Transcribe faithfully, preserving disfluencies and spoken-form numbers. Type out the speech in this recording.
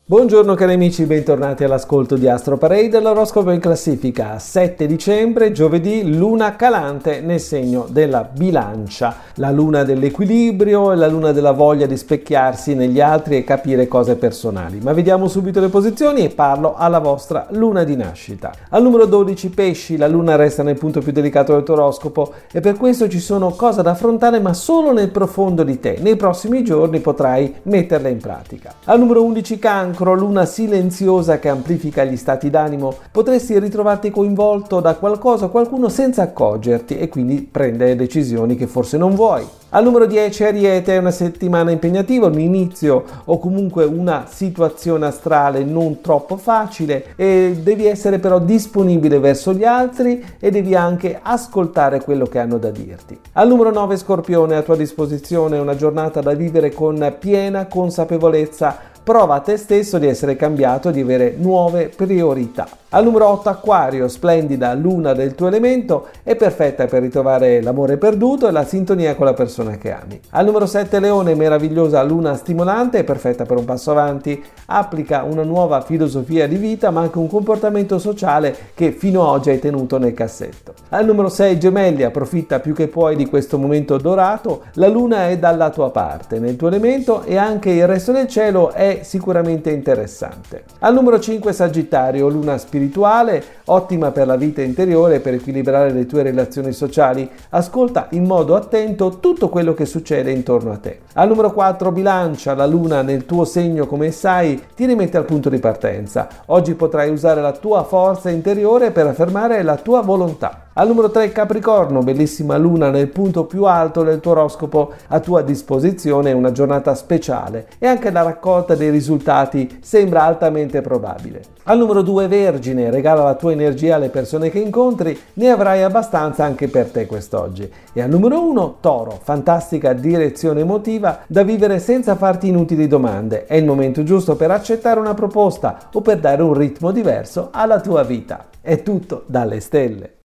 Buongiorno cari amici, bentornati all'ascolto di Astro Parade, l'oroscopo in classifica. Sette dicembre, giovedì, luna calante nel segno della Bilancia, la luna dell'equilibrio e la luna della voglia di specchiarsi negli altri e capire cose personali. Ma vediamo subito le posizioni e parlo alla vostra luna di nascita. Al numero dodici, pesci, la luna resta nel punto più delicato del tuo oroscopo e per questo ci sono cose da affrontare, ma solo nel profondo di te. Nei prossimi giorni potrai metterle in pratica. Al numero undici, cancro, luna silenziosa che amplifica gli stati d'animo, potresti ritrovarti coinvolto da qualcosa o qualcuno senza accorgerti e quindi prendere decisioni che forse non vuoi. Al numero dieci, Ariete, è una settimana impegnativa, un inizio o comunque una situazione astrale non troppo facile e devi essere però disponibile verso gli altri e devi anche ascoltare quello che hanno da dirti. Al numero nove, Scorpione, a tua disposizione una giornata da vivere con piena consapevolezza. Prova a te stesso di essere cambiato, di avere nuove priorità. Al numero otto, Acquario, splendida luna del tuo elemento, è perfetta per ritrovare l'amore perduto e la sintonia con la persona che ami. Al numero sette, Leone, meravigliosa luna stimolante, è perfetta per un passo avanti, applica una nuova filosofia di vita ma anche un comportamento sociale che fino ad oggi hai tenuto nel cassetto. Al numero sei, Gemelli, approfitta più che puoi di questo momento dorato, la luna è dalla tua parte, nel tuo elemento e anche il resto del cielo è sicuramente interessante. Al numero cinque, Sagittario, luna spirituale, ottima per la vita interiore e per equilibrare le tue relazioni sociali. Ascolta in modo attento tutto quello che succede intorno a te. Al numero quattro, Bilancia, la luna nel tuo segno, come sai, ti rimette al punto di partenza. Oggi potrai usare la tua forza interiore per affermare la tua volontà. Al numero tre, Capricorno, bellissima luna nel punto più alto del tuo oroscopo, a tua disposizione una giornata speciale e anche la raccolta dei risultati sembra altamente probabile. Al numero due, Vergine, regala la tua energia alle persone che incontri, ne avrai abbastanza anche per te quest'oggi. E al numero uno, Toro, fantastica direzione emotiva da vivere senza farti inutili domande. È il momento giusto per accettare una proposta o per dare un ritmo diverso alla tua vita. È tutto dalle stelle.